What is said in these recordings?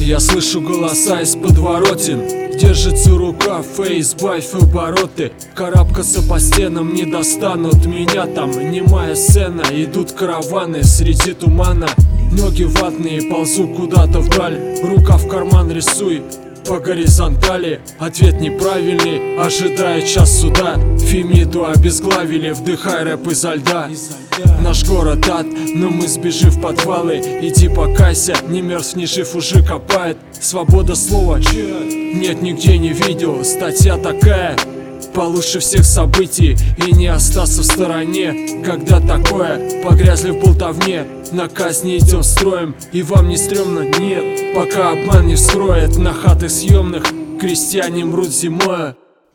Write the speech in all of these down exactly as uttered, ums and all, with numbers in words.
Я слышу голоса из подворотен, держится рука, фейс, байф и обороты. Карабкаться по стенам не достанут меня, там немая сцена. Идут караваны среди тумана, ноги ватные, ползу куда-то вдаль. Рука в карман, рисуй по горизонтали. Ответ неправильный, ожидая час суда. Фемиду обезглавили, вдыхай рэп изо льда. Наш город ад, но мы сбежим в подвалы. Иди покайся, не мертв, не жив, уже копает. Свобода слова, нет, нигде не видел. Статья такая, получше всех событий. И не остаться в стороне, когда такое. Погрязли в болтовне, на казни идем строем. И вам не стрёмно? Нет, пока обман не вскроет. На хаты съемных крестьяне мрут зимой.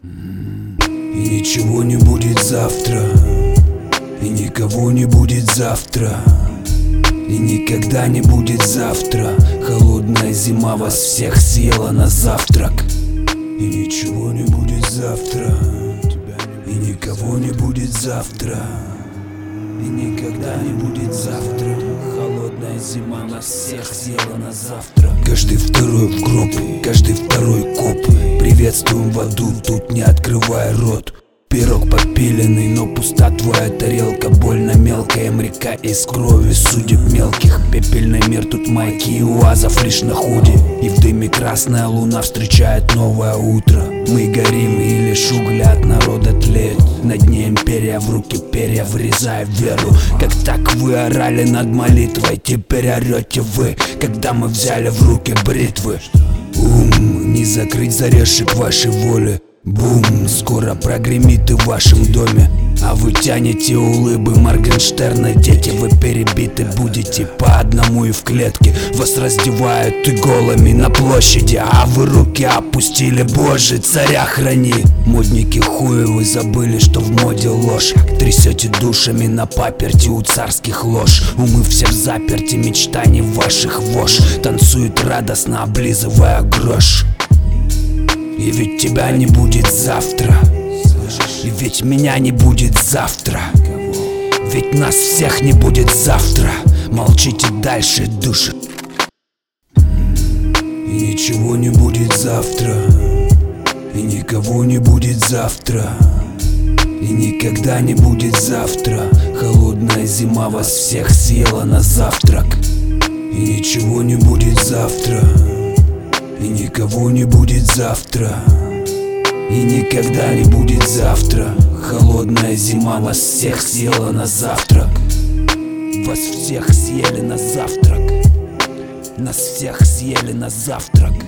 И ничего не будет завтра, и никого не будет завтра, и никогда не будет завтра. Холодная зима вас всех съела на завтрак. И ничего не будет завтра, и никого не будет завтра, и никогда не будет завтра. Холодная зима нас всех съела на завтрак. Каждый второй в гроб, каждый второй коп. Приветствуем в аду, тут не открывая рот. Пирог подпиленный, но пуста твоя тарелка. Больно мелкая мрека из крови судеб мелких. Пепельный мир, тут майки и уазов лишь на худи. И в дыме красная луна встречает новое утро. Мы горим и лишь угли от народа тлеют. На дне империя, в руки перья врезая веру. Как так вы орали над молитвой, теперь орете вы, когда мы взяли в руки бритвы. Ум, не закрыть зарешек вашей воли. Бум, скоро прогремит и в вашем доме. А вы тянете улыбы Моргенштерна. Дети, вы перебиты будете по одному и в клетке. Вас раздевают и голыми на площади, а вы руки опустили, Боже, царя храни. Модники хуевы забыли, что в моде ложь. Трясете душами на паперти у царских лож. Умы все в заперти, мечтаний ваших вож. Танцуют радостно, облизывая грош. И ведь тебя не будет завтра, и ведь меня не будет завтра, ведь нас всех не будет завтра. Молчите дальше, души. И ничего не будет завтра, и никого не будет завтра, и никогда не будет завтра. Холодная зима вас всех съела на завтрак. И ничего не будет завтра, и никого не будет завтра, и никогда не будет завтра. Холодная зима вас всех съела на завтрак. Вас всех съели на завтрак. Нас всех съели на завтрак.